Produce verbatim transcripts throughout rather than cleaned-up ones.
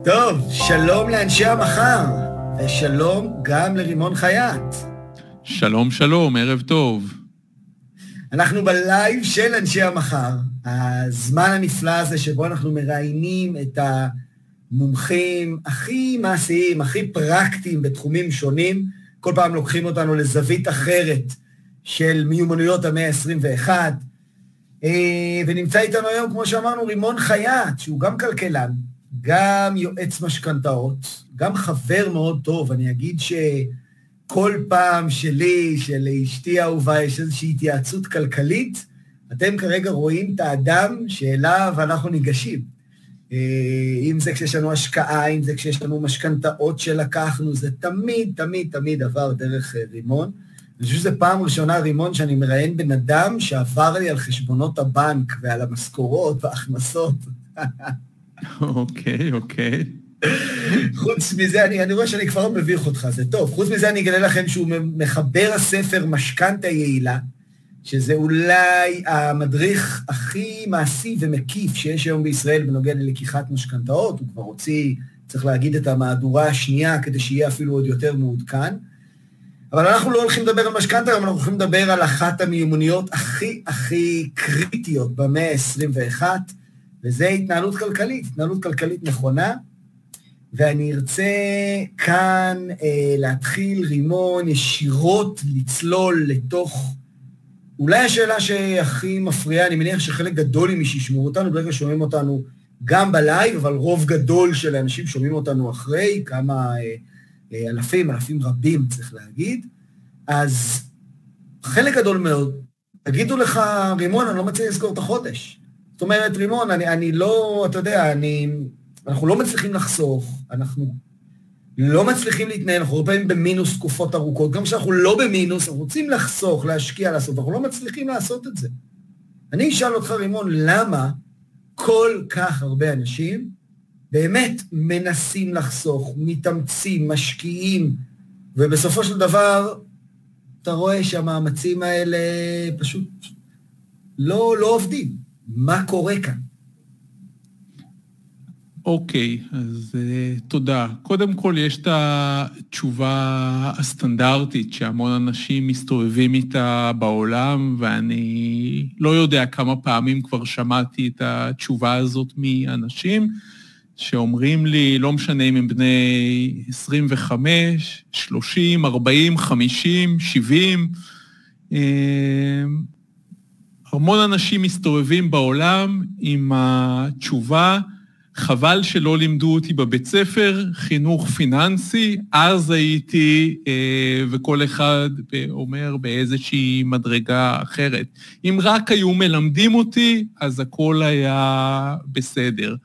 טוב, שלום לאנשי המחר, ושלום גם לרימון חייט. שלום, שלום, ערב טוב. אנחנו בלייב של אנשי המחר, הזמן הנפלא הזה שבו אנחנו מראיינים את המומחים הכי מעשיים, הכי פרקטיים בתחומים שונים, כל פעם לוקחים אותנו לזווית אחרת של מיומנויות המאה ה-עשרים ואחת, ונמצא איתנו היום, כמו שאמרנו, רימון חייט, שהוא גם כלכלן, גם יועץ משכנתאות, גם חבר מאוד טוב. אני אגיד שכל פעם שלי, של אשתי האהובה, יש איזושהי התייעצות כלכלית, אתם כרגע רואים את האדם שאליו אנחנו ניגשים. אם זה כשיש לנו השקעה, אם זה כשיש לנו משכנתאות שלקחנו, זה תמיד, תמיד, תמיד עבר דרך רימון. אני חושב שזו פעם ראשונה, רימון, שאני מראיין בן אדם שעבר לי על חשבונות הבנק ועל המשכורות וההכנסות. אוקיי, אוקיי. חוץ מזה, אני, אני רואה שאני כבר מביך אותך, זה טוב. חוץ מזה אני אגלה לכם שהוא מחבר הספר משכנתה יעילה, שזה אולי המדריך הכי מעשי ומקיף שיש היום בישראל בנוגע ללקיחת משכנתאות. הוא כבר הוציא, צריך להגיד, את המהדורה השנייה, כדי שיהיה אפילו עוד יותר מעודכן. אבל אנחנו לא הולכים לדבר על משכנתה, אבל אנחנו הולכים לדבר על אחת המיומנויות הכי הכי קריטיות במאה ה-עשרים ואחת, וזה התנהלות כלכלית, התנהלות כלכלית נכונה, ואני ארצה כאן אה, להתחיל, רימון, ישירות לצלול לתוך, אולי השאלה שהכי מפריעה, אני מניח שחלק גדול מי שישמעו אותנו, ברגע שומעים אותנו גם בלייב, אבל רוב גדול של האנשים שומעים אותנו אחרי, כמה אה, אה, אלפים, אלפים רבים צריך להגיד, אז חלק גדול מאוד, תגידו לך, רימון, אני לא מצליח לזכור את החודש. זאת אומרת, רימון, אני, אני לא, אתה יודע, אני, אנחנו לא מצליחים לחסוך, אנחנו לא מצליחים להתנהל, אנחנו הרבה פעמים במינוס תקופות ארוכות, גם כשאנחנו לא במינוס, אנחנו רוצים לחסוך, להשקיע, לעשות, אנחנו לא מצליחים לעשות את זה. אני אשאל אותך, רימון, למה כל כך הרבה אנשים באמת מנסים לחסוך, מתאמצים, משקיעים, ובסופו של דבר, אתה רואה שהמאמצים האלה פשוט לא, לא עובדים. מה קורה כאן? אוקיי, אז uh, תודה. קודם כל יש את התשובה הסטנדרטית שהמון אנשים מסתובבים איתה בעולם, ואני לא יודע כמה פעמים כבר שמעתי את התשובה הזאת מאנשים שאומרים לי, לא משנה אם הם בני עשרים וחמש, שלושים, ארבעים, חמישים, שבעים, uh, המון אנשים מסתובבים בעולם עם התשובה, חבל שלא לימדו אותי בבית ספר, חינוך פיננסי, אז הייתי, וכל אחד אומר באיזושהי מדרגה אחרת. אם רק היו מלמדים אותי, אז הכל היה בסדר.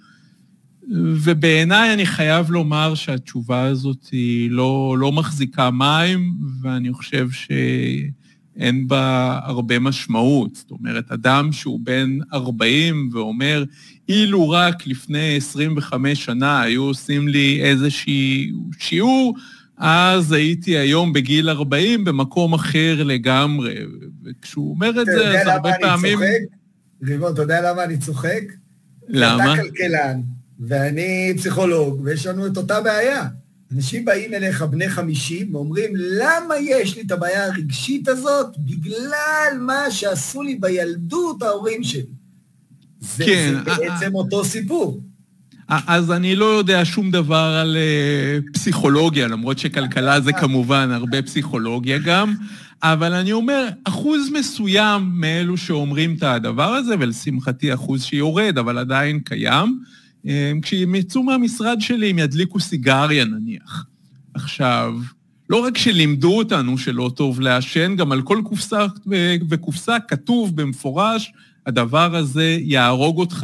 ובעיניי אני חייב לומר שהתשובה הזאת היא לא, לא מחזיקה מים, ואני חושב ש... אין בה הרבה משמעות. זאת אומרת, אדם שהוא בן ארבעים ואומר, אילו רק לפני עשרים וחמש שנה היו עושים לי איזושהי שיעור, אז הייתי היום בגיל ארבעים במקום אחר לגמרי. וכשהוא אומר את זה, אז הרבה פעמים... רימון, אתה יודע למה אני צוחק? למה? אתה כלכלן, ואני פסיכולוג, ויש לנו את אותה בעיה. אנשים באים אליך בני חמישים ואומרים, למה יש לי את הבעיה הרגשית הזאת? בגלל מה שעשו לי בילדות ההורים שלי. זה, כן, זה בעצם אותו סיפור. אז אני לא יודע שום דבר על פסיכולוגיה, למרות שכלכלה זה כמובן הרבה פסיכולוגיה גם, אבל אני אומר, אחוז מסוים מאלו שאומרים את הדבר הזה, ולשמחתי אחוז שיורד, אבל עדיין קיים, כשהם יצאו מהמשרד שלי, הם ידליקו סיגריה נניח. עכשיו, לא רק שלימדו אותנו שלא טוב לעשן, גם על כל קופסה וקופסה כתוב במפורש, הדבר הזה יהרוג אותך.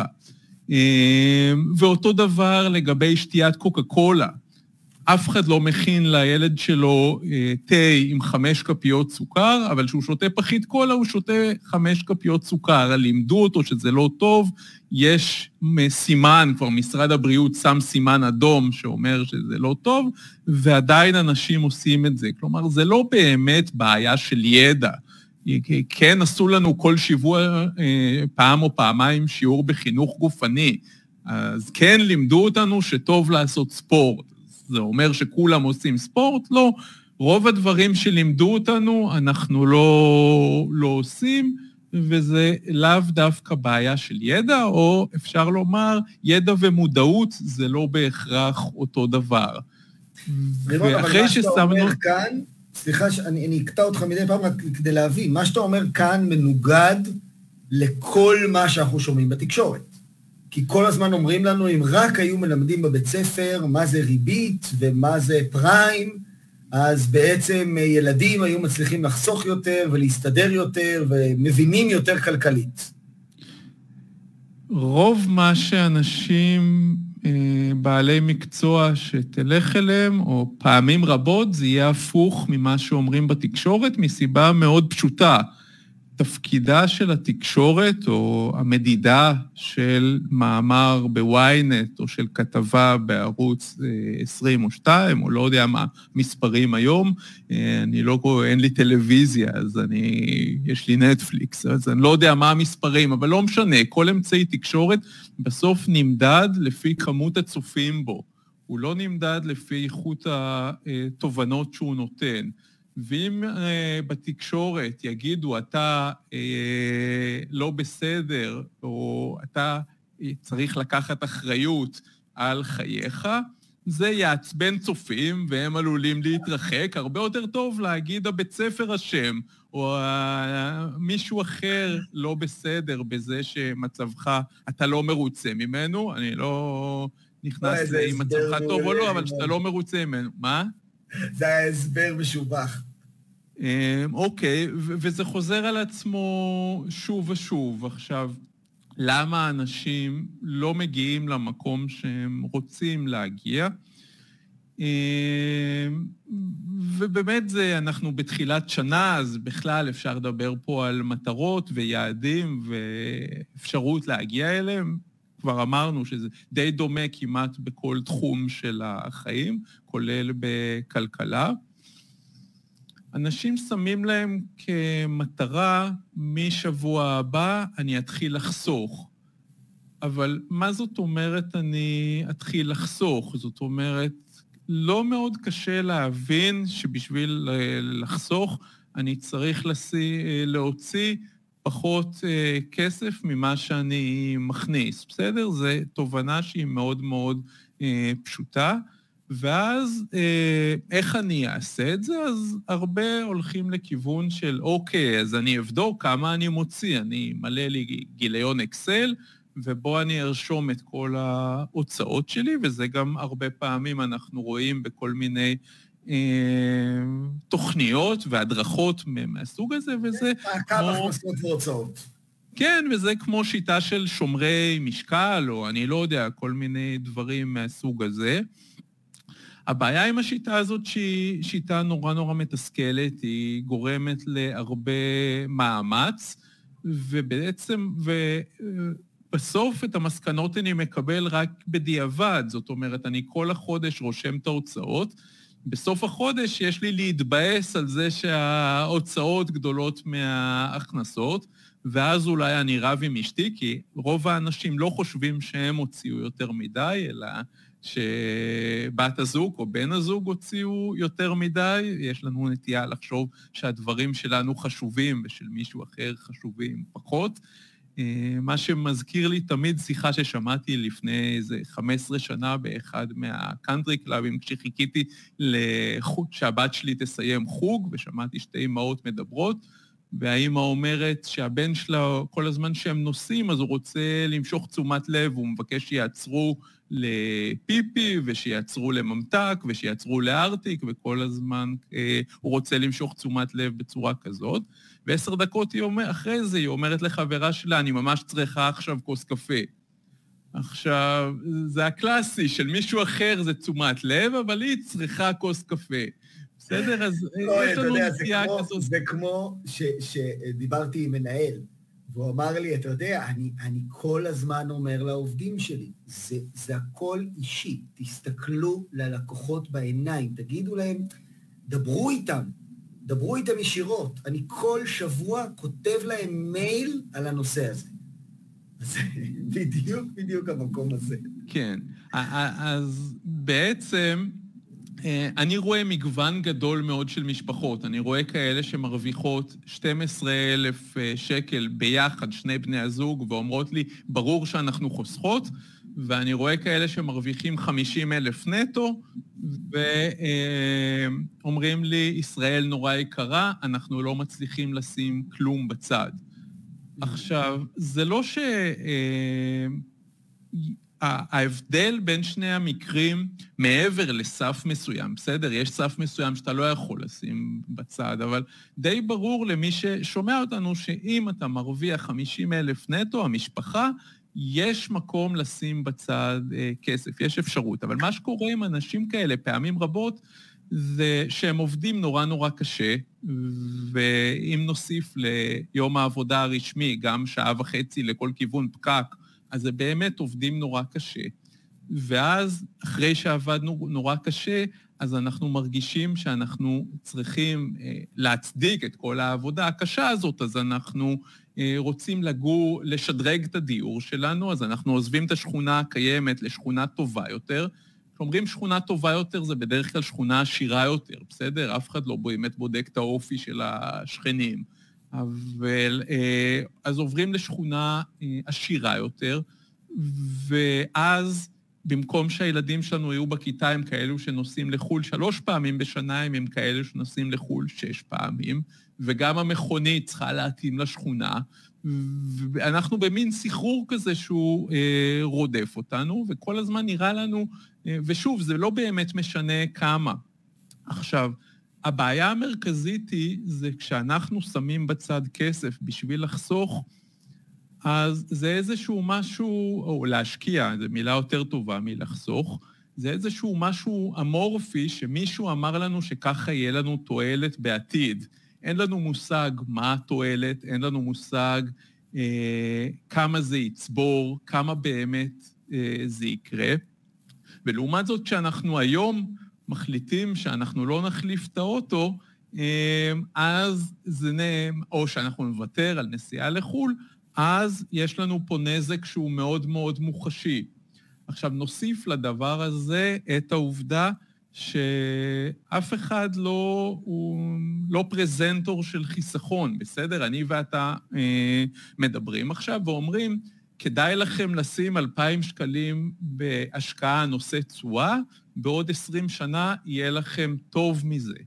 ואותו דבר לגבי שתיית קוקה קולה. אף אחד לא מכין לילד שלו תה עם חמש כפיות סוכר, אבל כשהוא שותה פחית קולה, הוא שותה חמש כפיות סוכר. לימדו אותו שזה לא טוב, יש סימן, כבר משרד הבריאות שם סימן אדום שאומר שזה לא טוב, ועדיין אנשים עושים את זה. כלומר, זה לא באמת בעיה של ידע. כן, עשו לנו כל שבוע פעם או פעמיים שיעור בחינוך גופני, אז כן לימדו אותנו שטוב לעשות ספורט. זה אומר שכולם עושים ספורט? לא. רוב הדברים שלימדו אותנו, אנחנו לא, לא עושים, וזה לאו דווקא בעיה של ידע, או אפשר לומר, ידע ומודעות זה לא בהכרח אותו דבר. רימון, אבל מה שאתה אומר כאן, סליחה, אני, אני אקטע אותך מדי פעם רק כדי להבין, מה שאתה אומר כאן מנוגד לכל מה שאנחנו שומעים בתקשורת. כי כל הזמן אומרים לנו, אם רק היו מלמדים בבית ספר, מה זה ריבית ומה זה פריים, אז בעצם ילדים היו מצליחים לחסוך יותר ולהסתדר יותר ומבינים יותר כלכלית. רוב מה שאנשים בעלי מקצוע שתלך אליהם, או פעמים רבות, זה יהיה הפוך ממה שאומרים בתקשורת, מסיבה מאוד פשוטה. תפקידה של התקשורת, או המדידה של מאמר בוויינט, או של כתבה בערוץ עשרים או שתיים, או לא יודע מה מספרים היום, אני לא רואה, אין לי טלוויזיה, אז אני, יש לי נטפליקס, אז אני לא יודע מה המספרים, אבל לא משנה, כל אמצעי תקשורת בסוף נמדד לפי כמות הצופים בו. הוא לא נמדד לפי איכות התובנות שהוא נותן. ואם אה, בתקשורת יגידו, אתה אה, לא בסדר, או אתה צריך לקחת אחריות על חייך, זה יעצבן צופים, והם עלולים להתרחק. הרבה יותר טוב להגיד הבית ספר אשם, או אה, מישהו אחר לא בסדר בזה שמצבך, אתה לא מרוצה ממנו. אני לא נכנס אם מצבך טוב או לא, אבל שאתה לא מרוצה ממנו. מה? זה היה הסבר משובח. אוקיי, וזה חוזר על עצמו שוב ושוב. עכשיו, למה אנשים לא מגיעים למקום שהם רוצים להגיע? ובאמת זה, אנחנו בתחילת שנה, אז בכלל אפשר לדבר פה על מטרות ויעדים ואפשרות להגיע אליהם. כבר אמרנו שזה די דומה כמעט בכל תחום של החיים, כולל בכלכלה. אנשים שמים להם כמטרה, משבוע הבא אני אתחיל לחסוך. אבל מה זאת אומרת אני אתחיל לחסוך? זאת אומרת, לא מאוד קשה להבין שבשביל לחסוך אני צריך להוציא פחות כסף ממה שאני מכניס. בסדר? זו תובנה שהיא מאוד מאוד פשוטה. ואז איך אני אעשה את זה? אז הרבה הולכים לכיוון של, אוקיי, אז אני אבדוק כמה אני מוציא, אני מלא לי גיליון אקסל, ובו אני ארשום את כל ההוצאות שלי, וזה גם הרבה פעמים אנחנו רואים בכל מיני אה, תוכניות והדרכות מהסוג הזה, וזה... כמה הכנסות והוצאות. כן, וזה כמו שיטה של שומרי משקל, או אני לא יודע, כל מיני דברים מהסוג הזה. הבעיה עם השיטה הזאת שהיא שיטה נורא נורא מתסכלת, היא גורמת להרבה מאמץ, ובעצם, ובסוף את המסקנות אני מקבל רק בדיעבד, זאת אומרת, אני כל החודש רושם את ההוצאות, בסוף החודש יש לי להתבאס על זה שההוצאות גדולות מההכנסות, ואז אולי אני רב עם אשתי, כי רוב האנשים לא חושבים שהם הוציאו יותר מדי, אלא שבת הזוג או בן הזוג הוציאו יותר מדי, יש לנו נטייה לחשוב שהדברים שלנו חשובים ושל מישהו אחר חשובים פחות. מה שמזכיר לי תמיד שיחה ששמעתי לפני איזה חמש עשרה שנה באחד מהקאנטרי קלאבים, כשחיכיתי לחוג, שהבת שלי תסיים חוג, ושמעתי שתי אמהות מדברות, והאמא אומרת שהבן שלה, כל הזמן שהם נוסעים, אז הוא רוצה למשוך תשומת לב, הוא מבקש שיעצרו לפיפי, ושיעצרו לממתק, ושיעצרו לארטיק, וכל הזמן אה, הוא רוצה למשוך תשומת לב בצורה כזאת. ועשר דקות היא אומר, אחרי זה היא אומרת לחברה שלה, אני ממש צריכה עכשיו כוס קפה. עכשיו, זה הקלאסי של מישהו אחר, זה תשומת לב, אבל היא צריכה כוס קפה. בסדר? אז יש לנו נסיעה כזאת. זה כמו שדיברתי עם מנהל, והוא אמר לי, אתה יודע, אני, אני כל הזמן אומר לעובדים שלי, זה, זה הכל אישי, תסתכלו ללקוחות בעיניים, תגידו להם, דברו איתם, דברו איתם ישירות. אני כל שבוע כותב להם מייל על הנושא הזה. זה בדיוק, בדיוק המקום הזה. כן, אז בעצם אני רואה מגוון גדול מאוד של משפחות. אני רואה כאלה שמרוויחות שנים עשר אלף שקל ביחד, שני בני הזוג, ואומרות לי, ברור שאנחנו חוסכות, ואני רואה כאלה שמרוויחים חמישים אלף נטו, ואומרים לי, ישראל נורא יקרה, אנחנו לא מצליחים לשים כלום בצד. עכשיו, זה לא ש... ההבדל בין שני המקרים מעבר לסף מסוים, בסדר? יש סף מסוים שאתה לא יכול לשים בצד, אבל די ברור למי ששומע אותנו שאם אתה מרוויח חמישים אלף נטו, המשפחה, יש מקום לשים בצד אה, כסף, יש אפשרות. אבל מה שקורה עם אנשים כאלה פעמים רבות, זה שהם עובדים נורא נורא קשה, ואם נוסיף ליום העבודה הרשמי, גם שעה וחצי לכל כיוון פקק, אז זה באמת עובדים נורא קשה. ואז, אחרי שעבדנו נורא קשה, אז אנחנו מרגישים שאנחנו צריכים אה, להצדיק את כל העבודה הקשה הזאת, אז אנחנו אה, רוצים לגור, לשדרג את הדיור שלנו, אז אנחנו עוזבים את השכונה הקיימת לשכונה טובה יותר. כשאומרים שכונה טובה יותר, זה בדרך כלל שכונה עשירה יותר, בסדר? אף אחד לא באמת בודק את האופי של השכנים. אבל אז עוברים לשכונה עשירה יותר, ואז במקום שהילדים שלנו יהיו בכיתה, הם כאלו שנוסעים לחול שלוש פעמים בשנה, הם כאלו שנוסעים לחול שש פעמים, וגם המכונית צריכה להתאים לשכונה, ואנחנו במין סחרור כזה שהוא אה, רודף אותנו, וכל הזמן נראה לנו, אה, ושוב, זה לא באמת משנה כמה. עכשיו, הבעיה המרכזית היא, זה כשאנחנו שמים בצד כסף בשביל לחסוך, אז זה איזשהו משהו, או להשקיע, זו מילה יותר טובה מלחסוך, זה איזשהו משהו אמורפי שמישהו אמר לנו שככה יהיה לנו תועלת בעתיד. אין לנו מושג מה התועלת, אין לנו מושג אה, כמה זה יצבור, כמה באמת אה, זה יקרה. ולעומת זאת, כשאנחנו היום מחליטים שאנחנו לא נחליף את האוטו, אה, אז זה נהם, או שאנחנו נוותר על נסיעה לחול, אז יש לנו פה נזק שהוא מאוד מאוד מוחשי. עכשיו נוסיף לדבר הזה את העובדה שאף אחד לא, הוא לא פרזנטור של חיסכון, בסדר? אני ואתה אה, מדברים עכשיו ואומרים, כדאי לכם לשים אלפיים שקלים בהשקעה נושא תשואה, בעוד עשרים שנה יהיה לכם טוב מזה.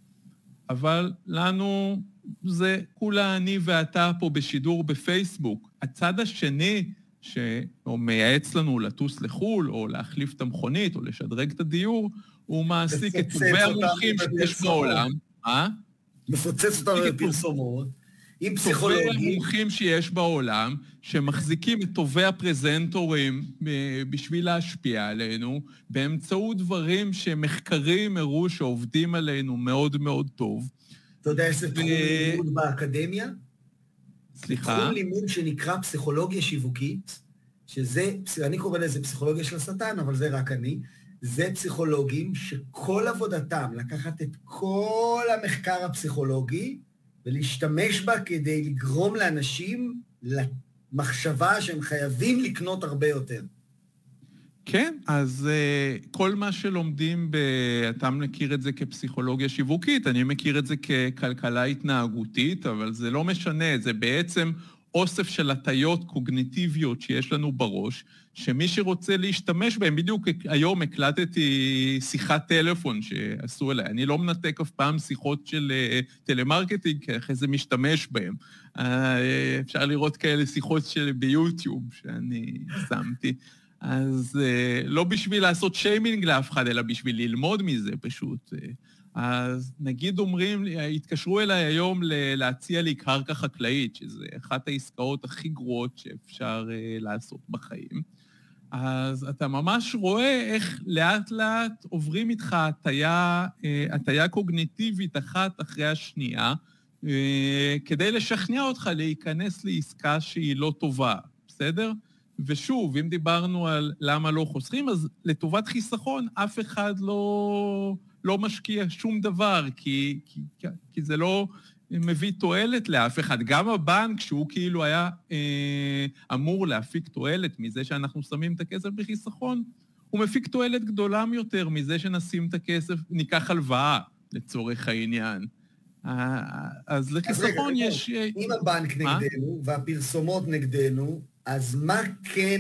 אבל לנו זה כולה אני ואתה פה בשידור בפייסבוק. הצד השני, שהוא מייעץ לנו לטוס לחול, או להחליף את המכונית, או לשדרג את הדיור, הוא מעסיק את טובי המומחים שיש בעולם. מה? מפוצץ אותנו בפרסומות, עם פסיכולוגים. טובי המומחים שיש בעולם, שמחזיקים את טובי הפרזנטורים בשביל להשפיע עלינו, באמצעות דברים שמחקרים הראו שעובדים עלינו מאוד מאוד טוב. אתה יודע איזה תחום לימוד באקדמיה? סליחה? תחום לימוד שנקרא פסיכולוגיה שיווקית, שזה, אני קורא לזה פסיכולוגיה של השטן, אבל זה רק אני, זה פסיכולוגים שכל עבודתם לקחת את כל המחקר הפסיכולוגי, ולהשתמש בה כדי לגרום לאנשים למחשבה שהם חייבים לקנות הרבה יותר. כן, אז uh, כל מה שלומדים, ב... אתה מכיר את זה כפסיכולוגיה שיווקית, אני מכיר את זה ככלכלה התנהגותית, אבל זה לא משנה, זה בעצם אוסף של הטיות קוגניטיביות שיש לנו בראש, שמי שרוצה להשתמש בהם, בדיוק היום הקלטתי שיחת טלפון שעשו אליי, אני לא מנתק אף פעם שיחות של uh, טלמרקטינג, כי אחרי זה משתמש בהם. Uh, אפשר לראות כאלה שיחות של ביוטיוב שאני שמתי. אז uh, לא בשביל לעשות שיימינג לאף אחד, אלא בשביל ללמוד מזה פשוט. אז נגיד אומרים, התקשרו אליי היום להציע לי קרקע חקלאית, שזה אחת העסקאות הכי גרועות שאפשר uh, לעשות בחיים. אז אתה ממש רואה איך לאט לאט עוברים איתך הטיה, uh, הטיה קוגניטיבית אחת אחרי השנייה, uh, כדי לשכנע אותך להיכנס לעסקה שהיא לא טובה, בסדר? ושוב, אם דיברנו על למה לא חוסכים, אז לטובת חיסכון אף אחד לא, לא משקיע שום דבר, כי, כי, כי זה לא, מביא תועלת לאף אחד. גם הבנק, שהוא כאילו היה אה, אמור להפיק תועלת מזה שאנחנו שמים את הכסף בחיסכון, הוא מפיק תועלת גדולה יותר מזה שנשים את הכסף, ניקח הלוואה לצורך העניין. אז לחיסכון יש... אם הבנק נגדנו והפרסומות נגדנו, אז מה כן...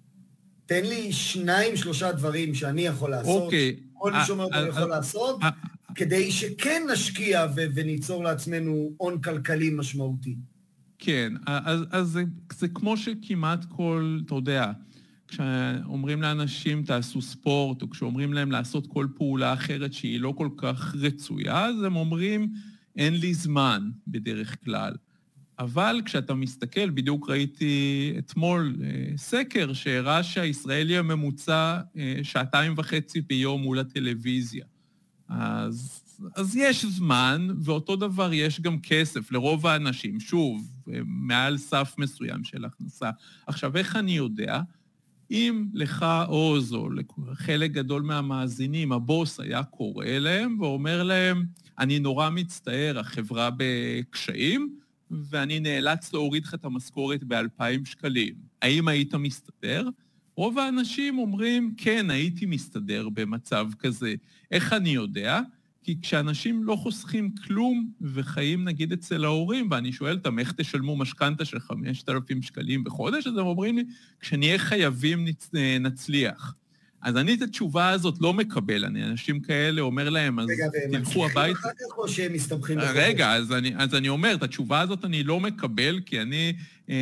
תן לי שניים, שלושה דברים שאני יכול לעשות, אוקיי. כל מי שאומר אותו יכול לעשות, כדי שכן נשקיע וניצור לעצמנו הון כלכלי משמעותי. כן, אז, אז זה, זה כמו שכמעט כל, אתה יודע, כשאומרים לאנשים תעשו ספורט, או כשאומרים להם לעשות כל פעולה אחרת שהיא לא כל כך רצויה, אז הם אומרים, אין לי זמן בדרך כלל. אבל כשאתה מסתכל, בדיוק ראיתי אתמול סקר שהראה שהישראלי הממוצע שעתיים וחצי ביום מול הטלוויזיה. אז, אז יש זמן, ואותו דבר יש גם כסף לרוב האנשים, שוב, מעל סף מסוים של הכנסה. עכשיו, איך אני יודע? אם לך עוז או לחלק גדול מהמאזינים, הבוס היה קורא להם ואומר להם, אני נורא מצטער, החברה בקשיים, ואני נאלץ להוריד לך את המשכורת באלפיים שקלים. האם היית מסתדר? רוב האנשים אומרים, כן, הייתי מסתדר במצב כזה. איך אני יודע? כי כשאנשים לא חוסכים כלום וחיים נגיד אצל ההורים, ואני שואל אותם איך תשלמו משכנתה של חמשת אלפים שקלים בחודש, אז הם אומרים לי, כשנהיה חייבים נצ... נצליח. אז אני את התשובה הזאת לא מקבל, אני אנשים כאלה אומר להם, אז תלכו הביתה. אחר כך או שהם מסתבכים בחודש? רגע, אז אני, אז אני אומר, את התשובה הזאת אני לא מקבל, כי אני,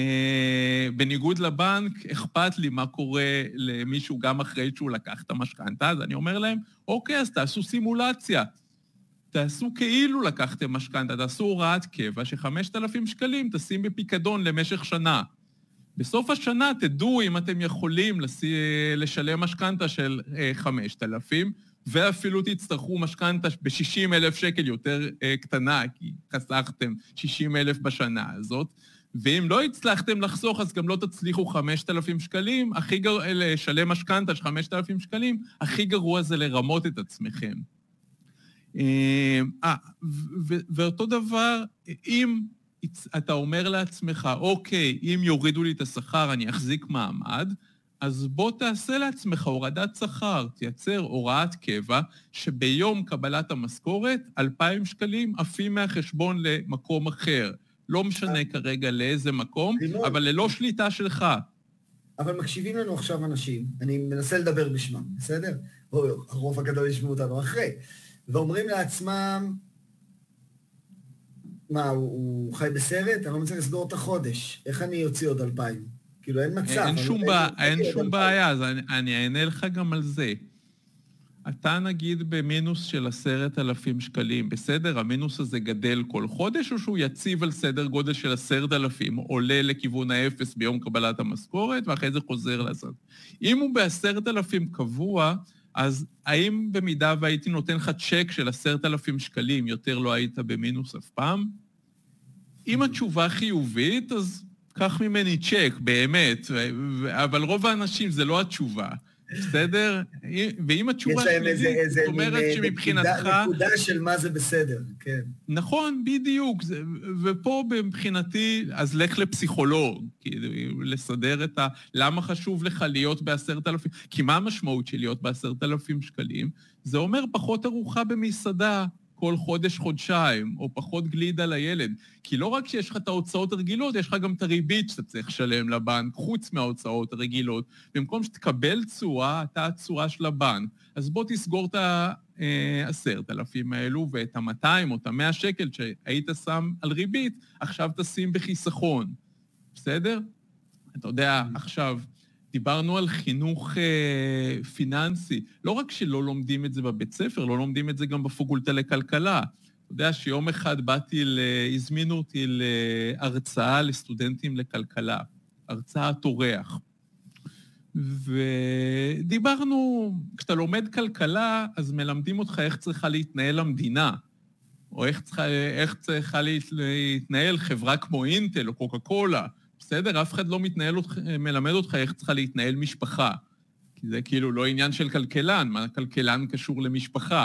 אה, בניגוד לבנק, אכפת לי מה קורה למישהו גם אחרי שהוא לקח את המשכנתה, אז אני אומר להם, אוקיי, אז תעשו סימולציה. תעשו כאילו לקחתם משכנתה, תעשו הוראת קבע, ש-חמשת אלפים שקלים תשים בפיקדון למשך שנה. בסוף השנה תדעו אם אתם יכולים לשלם משכנתה של חמשת אלפים, ואפילו תצטרכו משכנתה ב-שישים אלף שקל יותר קטנה, כי חסכתם שישים אלף בשנה הזאת, ואם לא הצלחתם לחסוך, אז גם לא תצליחו חמשת אלפים שקלים, הכי גרוע, לשלם משכנתה של חמשת אלפים שקלים, הכי גרוע זה לרמות את עצמכם. אה, ואותו דבר, אם אתה אומר לעצמך, אוקיי, אם יורידו לי את השכר, אני אחזיק מעמד, אז בוא תעשה לעצמך הורדת שכר, תייצר הוראת קבע, שביום קבלת המשכורת, אלפיים שקלים עפים מהחשבון למקום אחר. לא משנה כרגע לאיזה מקום, אבל ללא שליטה שלך. אבל מקשיבים לנו עכשיו אנשים, אני מנסה לדבר בשמם, בסדר? הרוב הגדול ישמעו אותנו אחרי, ואומרים לעצמם, מה, הוא חי בסרט? אני לא מצליח לסגור את החודש. איך אני יוציא עוד אלפיים? כאילו, אין מצב. אין שום, בע... אין שום בעיה, אז אני, אני אענה לך גם על זה. אתה נגיד במינוס של עשרת אלפים שקלים, בסדר? המינוס הזה גדל כל חודש, או שהוא יציב על סדר גודל של עשרת אלפים, עולה לכיוון האפס ביום קבלת המשכורת, ואחרי זה חוזר לעשות. אם הוא בעשרת אלפים קבוע, אז האם במידה והייתי נותן לך צ'ק של עשרת אלפים שקלים, יותר לא היית במינוס אף פעם? אם התשובה חיובית, אז קח ממני צ'ק, באמת, אבל רוב האנשים זה לא התשובה, בסדר? ואם התשובה שלילית, זאת אומרת שמבחינתך... נקודה של מה זה בסדר, כן. נכון, בדיוק, ופה מבחינתי, אז לך לפסיכולוג, לסדר את ה... למה חשוב לך להיות בעשרת אלפים? כי מה המשמעות של להיות בעשרת אלפים שקלים? זה אומר פחות ארוחה במסעדה, כל חודש, חודשיים, או פחות גלידה לילד. כי לא רק שיש לך את ההוצאות הרגילות, יש לך גם את הריבית שאתה צריך לשלם לבנק, חוץ מההוצאות הרגילות. במקום שתקבל צורה, אתה הצורה של הבנק. אז בוא תסגור את העשרת אלפים האלו, ואת ה-מאתיים או את ה-מאה שקל שהיית שם על ריבית, עכשיו תשים בחיסכון. בסדר? אתה יודע, עכשיו... דיברנו על חינוך אה, פיננסי, לא רק שלא לומדים את זה בבית ספר, לא לומדים את זה גם בפקולטה לכלכלה. אתה יודע שיום אחד באתי, הזמינו אותי להרצאה לסטודנטים לכלכלה, הרצאת אורח. ודיברנו, כשאתה לומד כלכלה, אז מלמדים אותך איך צריכה להתנהל המדינה, או איך צריכה, איך צריכה להתנהל חברה כמו אינטל או קוקה קולה, בסדר, אף אחד לא מתנהל, מלמד אותך איך צריכה להתנהל משפחה. כי זה כאילו לא עניין של כלכלן, מה כלכלן קשור למשפחה.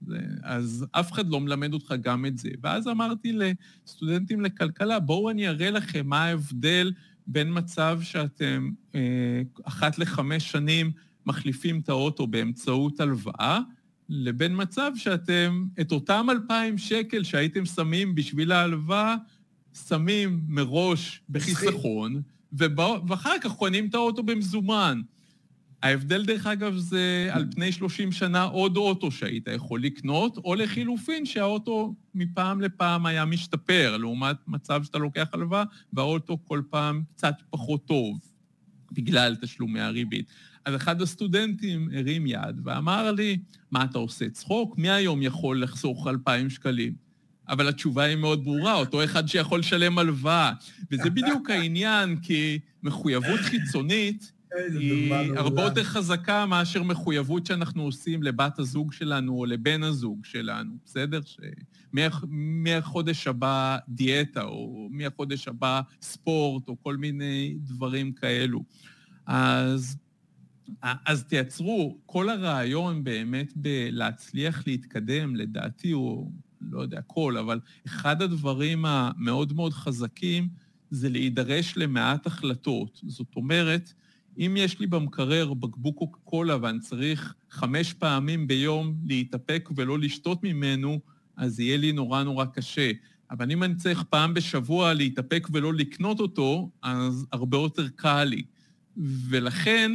אז אף אחד לא מלמד אותך גם את זה. ואז אמרתי לסטודנטים לכלכלה, בואו אני אראה לכם מה ההבדל בין מצב שאתם אחת לחמש שנים מחליפים את האוטו באמצעות הלוואה, לבין מצב שאתם את אותם אלפיים שקל שהייתם שמים בשביל ההלוואה, שמים מראש בחיסכון, ואחר כך קונים את האוטו במזומן. ההבדל דרך אגב זה על פני שלושים שנה עוד אוטו שהיית יכול לקנות, או לחילופין שהאוטו מפעם לפעם היה משתפר, לעומת מצב שאתה לוקח הלוואה, והאוטו כל פעם קצת פחות טוב, בגלל תשלומי הריבית. אז אחד הסטודנטים הרים יד ואמר לי, מה אתה עושה צחוק? מי היום יכול לחסוך אלפיים שקלים? אבל התשובה היא מאוד ברורה, אותו אחד שיכול לשלם הלוואה. וזה בדיוק העניין, כי מחויבות חיצונית היא הרבה יותר חזקה מאשר מחויבות שאנחנו עושים לבת הזוג שלנו או לבן הזוג שלנו, בסדר? שמהחודש הבא דיאטה, או מהחודש הבא ספורט, או כל מיני דברים כאלו. אז... אז תייצרו, כל הרעיון באמת בלהצליח להתקדם, לדעתי הוא, לא יודע, כל, אבל אחד הדברים המאוד מאוד חזקים זה להידרש למעט החלטות. זאת אומרת, אם יש לי במקרר בקבוק קוקה קולה ואני צריך חמש פעמים ביום להתאפק ולא לשתות ממנו, אז יהיה לי נורא נורא קשה. אבל אם אני צריך פעם בשבוע להתאפק ולא לקנות אותו, אז הרבה יותר קל לי. ולכן,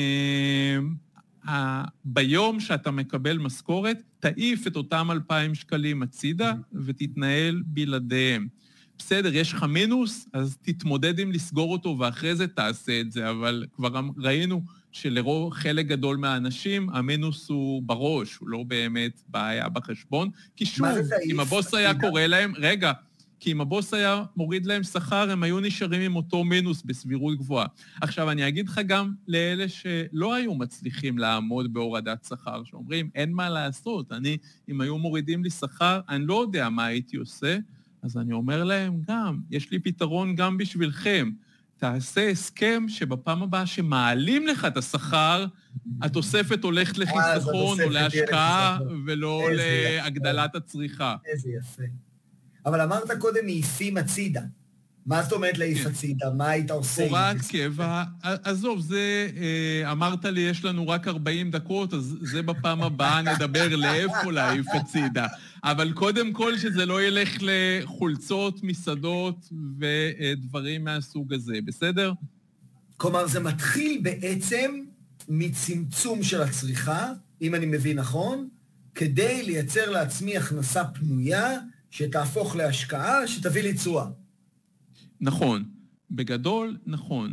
אה, ביום שאתה מקבל משכורת, תעיף את אותם אלפיים שקלים הצידה ותתנהל בלעדיהם. בסדר, יש לך מינוס, אז תתמודד עם לסגור אותו ואחרי זה תעשה את זה, אבל כבר ראינו שלרוב חלק גדול מהאנשים, המינוס הוא בראש, הוא לא באמת בעיה בחשבון, כי שוב, אם הבוס היה קורא להם, רגע, כי אם הבוס היה מוריד להם שכר, הם היו נשארים עם אותו מינוס בסבירות גבוהה. עכשיו, אני אגיד לך גם לאלה שלא היו מצליחים לעמוד בהורדת שכר, שאומרים, אין מה לעשות, אני, אם היו מורידים לי שכר, אני לא יודע מה הייתי עושה, אז אני אומר להם גם, יש לי פתרון גם בשבילכם, תעשה הסכם שבפעם הבאה שמעלים לך את השכר, התוספת הולכת לחיסכון או להשקעה, ולא להגדלת הצריכה. איזה יפה. אבל אמרת קודם מעיפים הצידה. מה זאת אומרת להעיף הצידה? מה היית עושה? הוראת קבע, עזוב, זה, אמרת לי, יש לנו רק ארבעים דקות, אז זה בפעם הבאה נדבר לאיפה להעיף הצידה. אבל קודם כל שזה לא ילך לחולצות, מסעדות ודברים מהסוג הזה, בסדר? כלומר, זה מתחיל בעצם מצמצום של הצריכה, אם אני מבין נכון, כדי לייצר לעצמי הכנסה פנויה, שתהפוך להשקעה, שתביא לי תשואה. נכון, בגדול, נכון.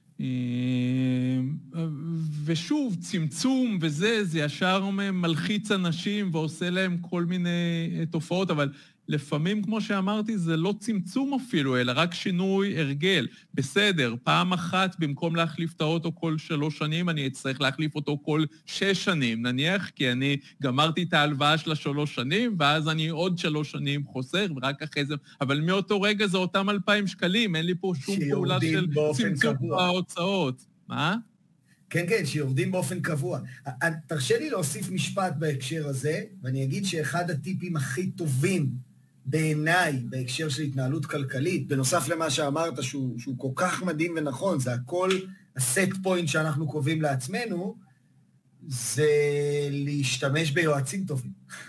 ושוב, צמצום וזה, זה ישר מלחיץ אנשים ועושה להם כל מיני תופעות, אבל לפעמים, כמו שאמרתי, זה לא צמצום אפילו, אלא רק שינוי הרגל. בסדר, פעם אחת, במקום להחליף את האוטו כל שלוש שנים, אני אצטרך להחליף אותו כל שש שנים, נניח, כי אני גמרתי את ההלוואה של השלוש שנים, ואז אני עוד שלוש שנים חוסר, ורק אחרי זה, אבל מאותו רגע זה אותם אלפיים שקלים, אין לי פה שום פעולה של צמצום ההוצאות. מה? כן, כן, שיורדים באופן קבוע. תרשה לי להוסיף משפט בהקשר הזה, ואני אגיד שאחד הטיפים הכי טובים בעיניי, בהקשר של התנהלות כלכלית, בנוסף למה שאמרת שהוא, שהוא כל כך מדהים ונכון, זה הכל הסט פוינט שאנחנו קובעים לעצמנו, זה להשתמש ביועצים טובים.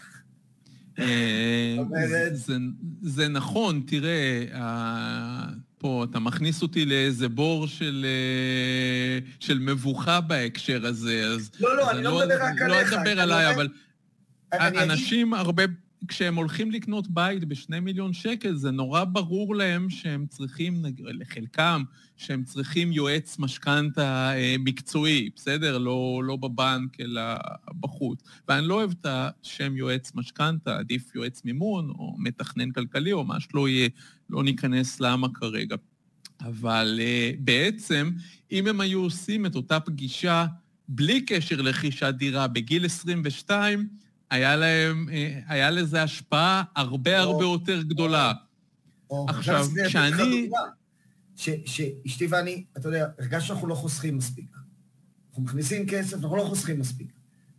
זה נכון, תראה, פה אתה מכניס אותי לאיזה בור של, של מבוכה בהקשר הזה, אז... לא, לא, אני לא מדבר רק עליך. לא אדבר עליי, אבל אנשים הרבה... כשהם הולכים לקנות בית בשני מיליון שקל, זה נורא ברור להם שהם צריכים, לחלקם, שהם צריכים יועץ משכנתא מקצועי, בסדר? לא, לא בבנק, אלא בחוץ. ואני לא אוהב את השם יועץ משכנתא, עדיף יועץ מימון, או מתכנן כלכלי, או מה שלא יהיה, לא ניכנס למה כרגע. אבל בעצם, אם הם היו עושים את אותה פגישה, בלי קשר לרכישת דירה, בגיל עשרים ושתיים, היה להם, היה לזה השפעה הרבה הרבה יותר גדולה. עכשיו, כשאני... שאשתי ואני, אתה יודע, הרגש שאנחנו לא חוסכים מספיק. אנחנו מכניסים כסף, אנחנו לא חוסכים מספיק.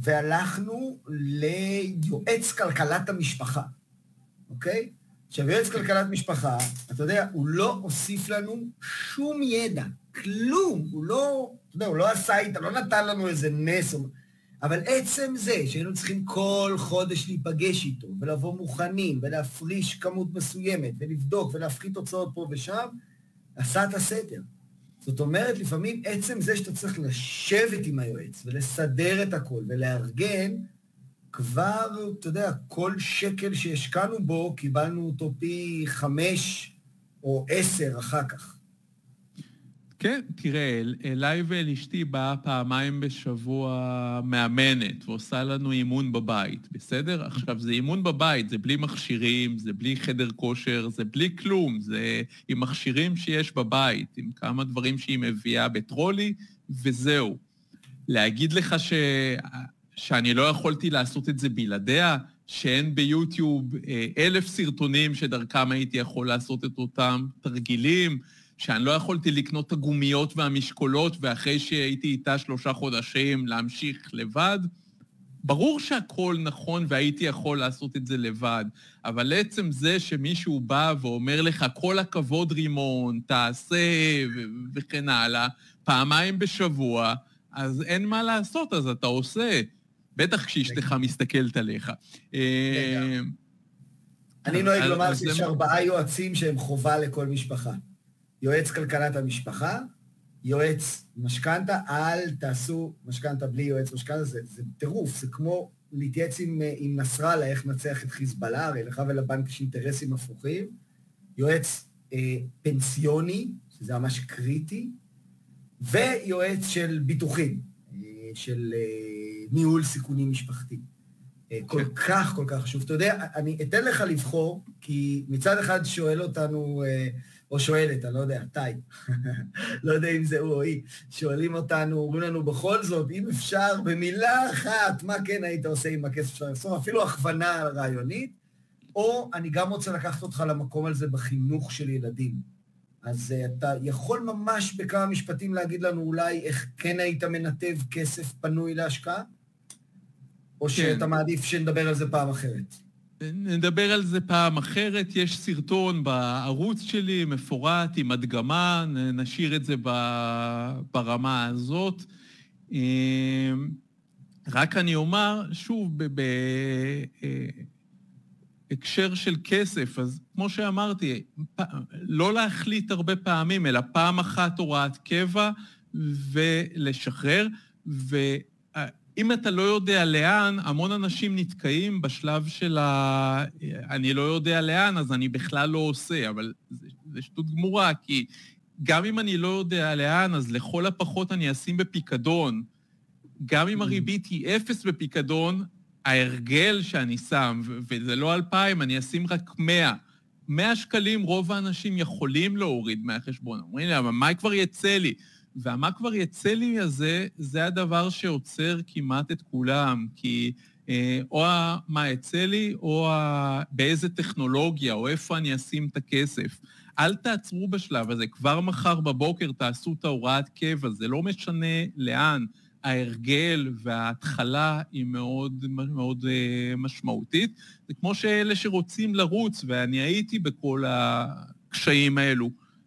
והלכנו ליועץ כלכלת המשפחה, אוקיי? עכשיו, יועץ כלכלת משפחה, אתה יודע, הוא לא הוסיף לנו שום ידע, כלום, הוא לא, אתה יודע, הוא לא עשה איתה, לא נתן לנו איזה נס, אבל עצם זה שהיינו צריכים כל חודש להיפגש איתו, ולבוא מוכנים, ולהפריש כמות מסוימת, ולבדוק, ולהפחית תוצאות פה ושם, עשה את הסדר. זאת אומרת, לפעמים עצם זה שאתה צריך לשבת עם היועץ, ולסדר את הכל, ולארגן, כבר, אתה יודע, כל שקל שהשקענו בו, קיבלנו אותו פי חמש או עשר אחר כך. כן, תראה, אליי ואל אשתי באה פעמיים בשבוע מאמנת, ועושה לנו אימון בבית, בסדר? עכשיו, זה אימון בבית, זה בלי מכשירים, זה בלי חדר כושר, זה בלי כלום, זה עם מכשירים שיש בבית, עם כמה דברים שהיא מביאה בטרולי, וזהו. להגיד לך ש... שאני לא יכולתי לעשות את זה בלעדיה, שאין ביוטיוב אלף סרטונים שדרכם הייתי יכול לעשות את אותם תרגילים, שאני לא יכולתי לקנות את הגומיות והמשקולות, ואחרי שהייתי איתה שלושה חודשים להמשיך לבד. ברור שהכל נכון והייתי יכול לעשות את זה לבד, אבל עצם זה שמישהו בא ואומר לך, כל הכבוד רימון, תעשה ו- וכן הלאה, פעמיים בשבוע, אז אין מה לעשות, אז אתה עושה. בטח כשאשתך מסתכלת עליך. אני נוהג לומר שיש ארבעה יועצים שהם חובה לכל משפחה. יועץ כלכלת המשפחה, יועץ משכנתה, אל תעשו משכנתה בלי יועץ משכנתה, זה, זה טירוף, זה כמו להתייעץ עם, עם נסראללה, איך נצח את חיזבאללה, הרי לך ולבנק יש אינטרסים הפוכים, יועץ אה, פנסיוני, שזה ממש קריטי, ויועץ של ביטוחים, אה, של אה, ניהול סיכונים משפחתי. אה, כל כך, כל כך חשוב. אתה יודע, אני אתן לך לבחור, כי מצד אחד שואל אותנו, אה, או שואלת, אני לא יודע, טי, לא יודע אם זה הוא או היא, שואלים אותנו, אומרים לנו בכל זאת, אם אפשר במילה אחת, מה כן היית עושה עם הכסף שלך, זאת אומרת, אפילו הכוונה רעיונית, או אני גם רוצה לקחת אותך למקום על זה בחינוך של ילדים. אז uh, אתה יכול ממש בכמה משפטים להגיד לנו אולי איך כן היית מנתב כסף פנוי להשקעה, או כן. שאתה מעדיף שנדבר על זה פעם אחרת? נדבר על זה פעם אחרת, יש סרטון בערוץ שלי, מפורט עם הדגמה, נשאיר את זה ברמה הזאת. רק אני אומר, שוב, בהקשר של כסף, אז כמו שאמרתי, לא להחליט הרבה פעמים, אלא פעם אחת הוראת קבע ולשחרר, ו... אם אתה לא יודע לאן, המון אנשים נתקעים בשלב של ה... אני לא יודע לאן, אז אני בכלל לא עושה, אבל זה, זה שטות גמורה, כי גם אם אני לא יודע לאן, אז לכל הפחות אני אשים בפיקדון. גם אם הריבית היא אפס בפיקדון, ההרגל שאני שם, וזה לא אלפיים, אני אשים רק מאה. מאה שקלים רוב האנשים יכולים להוריד מהחשבון. אומרים לי, אבל מה כבר יצא לי? והמה כבר יצא לי הזה, זה הדבר שעוצר כמעט את כולם, כי אה, או מה יצא לי, או ה, באיזה טכנולוגיה, או איפה אני אשים את הכסף. אל תעצרו בשלב הזה, כבר מחר בבוקר תעשו את ההוראת קבע, זה לא משנה לאן, ההרגל וההתחלה היא מאוד, מאוד אה, משמעותית. זה כמו שאלה שרוצים לרוץ, ואני הייתי בכל הקשיים האלו,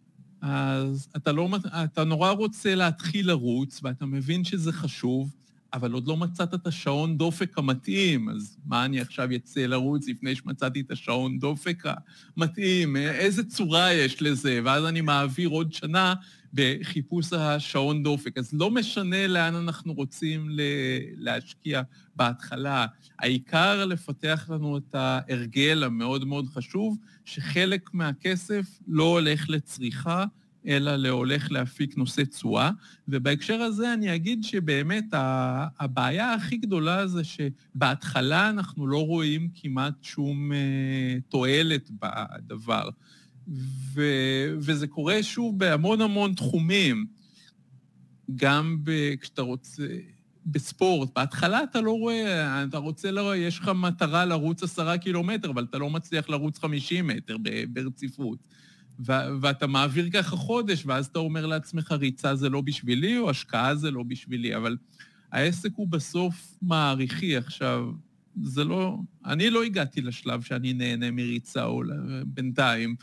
אז אתה, לא, אתה נורא רוצה להתחיל לרוץ, ואתה מבין שזה חשוב, אבל עוד לא מצאת את השעון דופק המתאים, אז מה אני עכשיו יצא לרוץ לפני שמצאתי את השעון דופק המתאים? איזה צורה יש לזה? ואז אני מעביר עוד שנה בחיפוש השעון דופק. אז לא משנה לאן אנחנו רוצים להשקיע בהתחלה. העיקר לפתח לנו את ההרגל המאוד מאוד חשוב, שחלק מהכסף לא הולך לצריכה, אלא להולך להפיק נושא תשואה, ובהקשר הזה אני אגיד שבאמת הבעיה הכי גדולה זה שבהתחלה אנחנו לא רואים כמעט שום תועלת בדבר, ו, וזה קורה שוב בהמון המון תחומים, גם כשאתה רוצה, בספורט, בהתחלה אתה לא רואה, אתה רוצה לראות, יש לך מטרה לרוץ עשרה קילומטר, אבל אתה לא מצליח לרוץ חמישים מטר ברציפות. ו- ואתה מעביר ככה חודש, ואז אתה אומר לעצמך, ריצה זה לא בשבילי, או השקעה זה לא בשבילי, אבל העסק הוא בסוף מעריכי. עכשיו, זה לא, אני לא הגעתי לשלב שאני נהנה מריצה או בינתיים,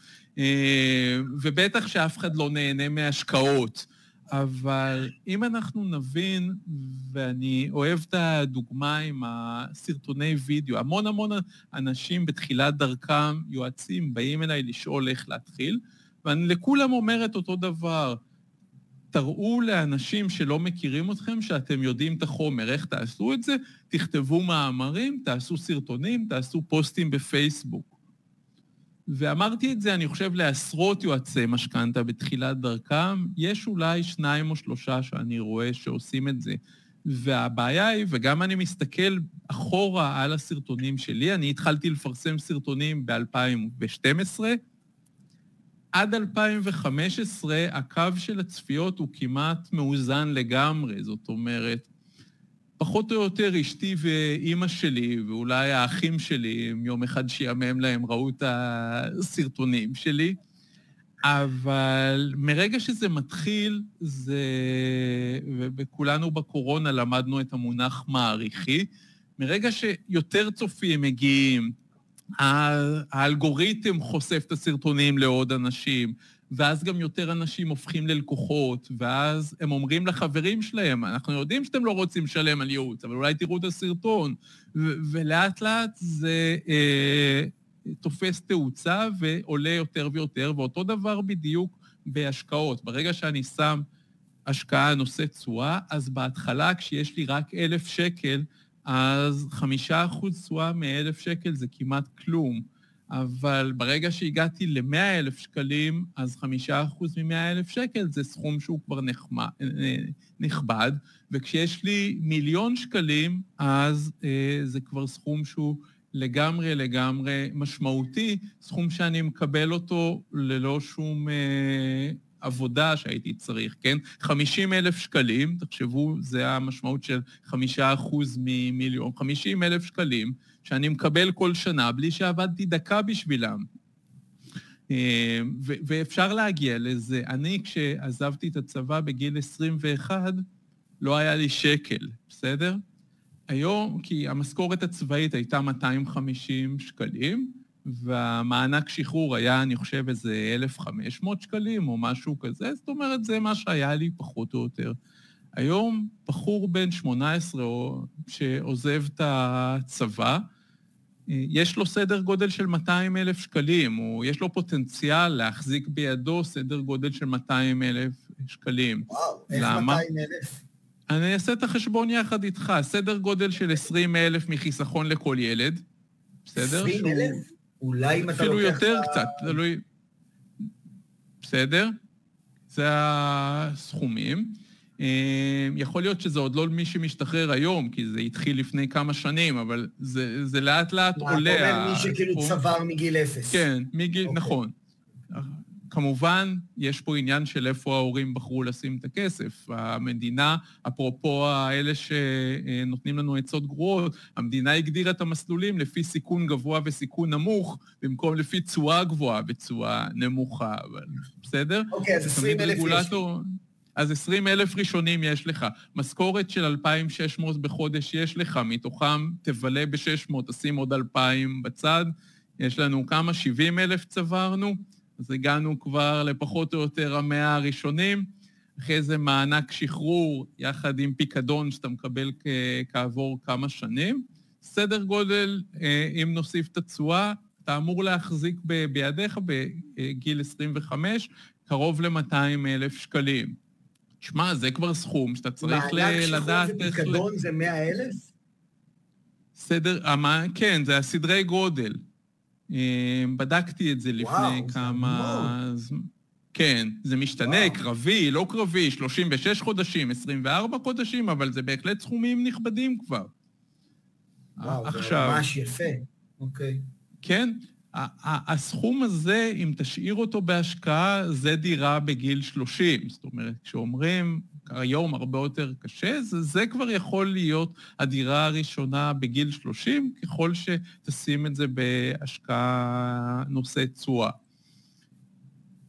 ובטח שאף אחד לא נהנה מהשקעות, אבל אם אנחנו נבין, ואני אוהב את הדוגמה עם הסרטוני וידאו, המון המון אנשים בתחילת דרכם, יועצים, באים אליי לשאול איך להתחיל, ואני לכולם אומר את אותו דבר, תראו לאנשים שלא מכירים אתכם שאתם יודעים את החומר, איך תעשו את זה, תכתבו מאמרים, תעשו סרטונים, תעשו פוסטים בפייסבוק. ואמרתי את זה, אני חושב, לעשרות יועצי משכנתא בתחילת דרכם, יש אולי שניים או שלושה שאני רואה שעושים את זה. והבעיה היא, וגם אני מסתכל אחורה על הסרטונים שלי, אני התחלתי לפרסם סרטונים ב-אלפיים ושתים עשרה, עד אלפיים וחמש עשרה הקו של הצפיות הוא כמעט מאוזן לגמרי, זאת אומרת, פחות או יותר אשתי ואימא שלי, ואולי האחים שלי, יום אחד שיאמם להם, ראו את הסרטונים שלי, אבל מרגע שזה מתחיל, זה, וכולנו בקורונה למדנו את המונח מעריכי, מרגע שיותר צופים מגיעים, האלגוריתם חושף את הסרטונים לעוד אנשים, ואז גם יותר אנשים הופכים ללקוחות, ואז הם אומרים לחברים שלהם, אנחנו יודעים שאתם לא רוצים לשלם על ייעוץ, אבל אולי תראו את הסרטון, ו- ולאט לאט זה אה, תופס תאוצה ועולה יותר ויותר, ואותו דבר בדיוק בהשקעות. ברגע שאני שם השקעה נושא תשואה, אז בהתחלה כשיש לי רק אלף שקל, אז חמישה אחוז תשואה מאלף שקל זה כמעט כלום, אבל ברגע שהגעתי למאה אלף שקלים, אז חמישה אחוז ממאה אלף שקל זה סכום שהוא כבר נחמד, נכבד, וכשיש לי מיליון שקלים, אז אה, זה כבר סכום שהוא לגמרי לגמרי משמעותי, סכום שאני מקבל אותו ללא שום אה, עבודה שהייתי צריך, כן? חמישים אלף שקלים, תחשבו, זה המשמעות של חמישה אחוז ממיליון, חמישים אלף שקלים, שאני מקבל כל שנה, בלי שעבדתי דקה בשבילם. ו- ואפשר להגיע לזה. אני, כשעזבתי את הצבא בגיל עשרים ואחת, לא היה לי שקל, בסדר? היום, כי המשכורת הצבאית הייתה מאתיים וחמישים שקלים, והמענק שחרור היה, אני חושב, איזה אלף וחמש מאות שקלים או משהו כזה, זאת אומרת, זה מה שהיה לי פחות או יותר. היום, בחור בן שמונה עשרה שעוזב את הצבא, יש לו סדר גודל של מאתיים אלף שקלים, או יש לו פוטנציאל להחזיק בידו סדר גודל של מאתיים אלף שקלים. וואו, איך מאתיים אלף? אני אעשה את החשבון יחד איתך, סדר גודל של עשרים אלף מחיסכון לכל ילד, בסדר? עשרים אלף? אולי אם אתה אפילו לוקח... יותר קצת, תלוי... בסדר? זה הסכומים. יכול להיות שזה עוד לא מי שמשתחרר היום, כי זה התחיל לפני כמה שנים, אבל זה, זה לאט לאט עולה. אתה אומר מי שכאילו צבר מגיל אפס. כן, מגיל, נכון. כמובן, יש פה עניין של איפה ההורים בחרו לשים את הכסף. המדינה, אפרופו האלה שנותנים לנו עצות גרועות, המדינה הגדירה את המסלולים לפי סיכון גבוה וסיכון נמוך, במקום לפי תשואה גבוהה ותשואה נמוכה, אבל בסדר? אוקיי, אז עשרים אלף יש. אז עשרים אלף ראשונים יש לך. משכורת של אלפיים ושש מאות בחודש יש לך, מתוכם תבלה ב-שש מאות, תשים עוד אלפיים בצד. יש לנו כמה? שבעים אלף צברנו. אז הגענו כבר לפחות או יותר המאה הראשונים, אחרי זה מענק שחרור, יחד עם פיקדון שאתה מקבל כעבור כמה שנים. סדר גודל, אם נוסיף את התשואה, אתה אמור להחזיק ב- בידיך בגיל עשרים וחמש, קרוב ל-מאתיים אלף שקלים. תשמע, זה כבר סכום שאתה צריך לדעת... מענק שחרור ופיקדון זה מאה אלף? סדר, כן, זה הסדרי גודל. בדקתי את זה לפני וואו, כמה... זה כן, זה משתנה, וואו. קרבי, לא קרבי, שלושים ושש חודשים, עשרים וארבע חודשים, אבל זה בהחלט סכומים נכבדים כבר. וואו, עכשיו, זה ממש יפה. אוקיי. כן, הסכום הזה, אם תשאיר אותו בהשקעה, זה דירה בגיל שלושים. זאת אומרת, כשאומרים, היום הרבה יותר קשה, זה, זה כבר יכול להיות הדירה הראשונה בגיל שלושים, ככל שתשים את זה בהשקעה נושא תשואה.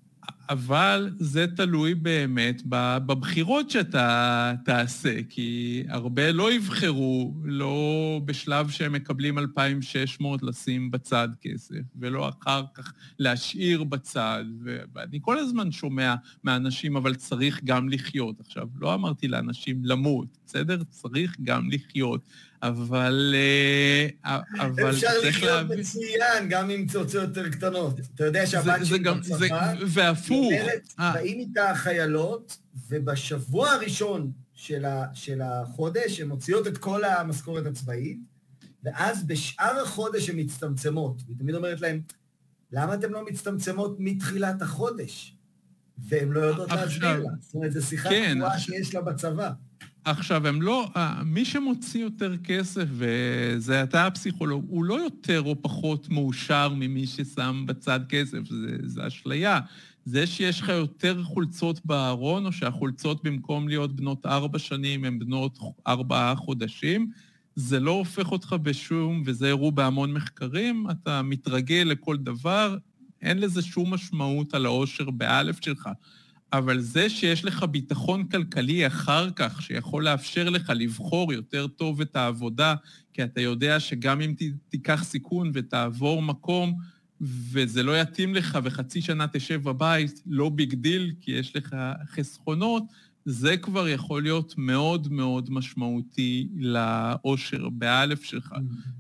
אבל זה תלוי באמת בבחירות שאתה תעשה, כי הרבה לא יבחרו, לא בשלב שהם מקבלים אלפיים ושש מאות לשים בצד כסף, ולא אחר כך להשאיר בצד, ואני כל הזמן שומע מאנשים, אבל צריך גם לחיות. עכשיו, לא אמרתי לאנשים למות, בסדר? צריך גם לחיות, אבל... אבל אפשר לחיות מצוין, גם עם צוצות יותר קטנות. אתה יודע שהבת שלי בצבא... והפוך. באים איתה החיילות, ובשבוע הראשון של, ה, של החודש, הן מוציאות את כל המשכורת הצבאית, ואז בשאר החודש הן מצטמצמות. והיא תמיד אומרת להם, למה אתן לא מצטמצמות מתחילת החודש? והן לא יודעות להסביר לה. זאת אומרת, זו שיחה כן, קבועה עכשיו, שיש לה בצבא. עכשיו, הם לא, מי שמוציא יותר כסף, וזה אתה הפסיכולוג, הוא לא יותר או פחות מאושר ממי ששם בצד כסף, זה, זה אשליה. זה שיש לך יותר חולצות בארון, או שהחולצות במקום להיות בנות ארבע שנים, הן בנות ארבעה חודשים, זה לא הופך אותך בשום, וזה הראו בהמון מחקרים, אתה מתרגל לכל דבר, אין לזה שום משמעות על האושר באלף שלך. אבל זה שיש לך ביטחון כלכלי אחר כך, שיכול לאפשר לך לבחור יותר טוב את העבודה, כי אתה יודע שגם אם תיקח סיכון ותעבור מקום, וזה לא יתאים לך, וחצי שנה תשב בבית, לא ביג דיל, כי יש לך חסכונות, זה כבר יכול להיות מאוד מאוד משמעותי לאושר באלף שלך.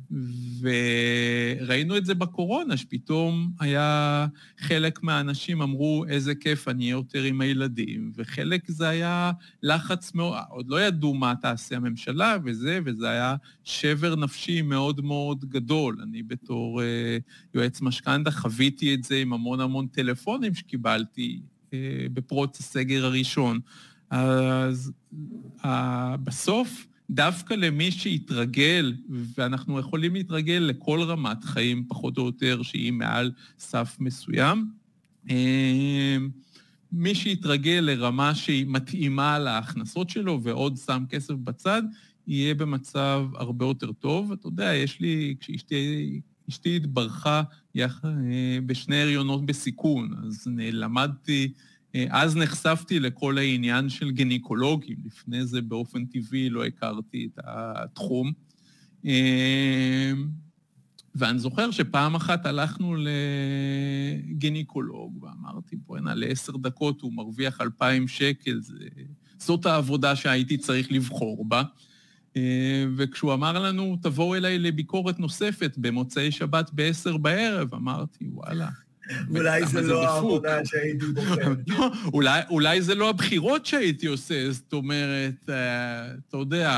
וראינו את זה בקורונה, שפתאום היה חלק מהאנשים אמרו, איזה כיף, אני אהיה יותר עם הילדים, וחלק זה היה לחץ מאוד, עוד לא ידעו מה תעשה הממשלה וזה, וזה היה שבר נפשי מאוד מאוד גדול. אני בתור אה, יועץ משכנתא חוויתי את זה עם המון המון טלפונים שקיבלתי אה, בפרוץ הסגר הראשון. אז uh, בסוף, דווקא למי שיתרגל, ואנחנו יכולים להתרגל לכל רמת חיים, פחות או יותר, שהיא מעל סף מסוים, uh, מי שיתרגל לרמה שהיא מתאימה להכנסות שלו, ועוד שם כסף בצד, יהיה במצב הרבה יותר טוב. אתה יודע, יש לי, כשאשתי אשתי התברכה יח, uh, בשני הריונות בסיכון, אז למדתי, אז נחשפתי לכל העניין של גניקולוגים, לפני זה באופן טבעי לא הכרתי את התחום. ואני זוכר שפעם אחת הלכנו לגניקולוג, ואמרתי, בוא הנה, לעשר דקות הוא מרוויח אלפיים שקל, זאת העבודה שהייתי צריך לבחור בה. וכשהוא אמר לנו, תבואו אליי לביקורת נוספת במוצאי שבת בעשר בערב, אמרתי, וואלה, אולי זה לא העבודה שהייתי בוחר. אולי זה לא הבחירות שהייתי עושה, זאת אומרת, אתה יודע,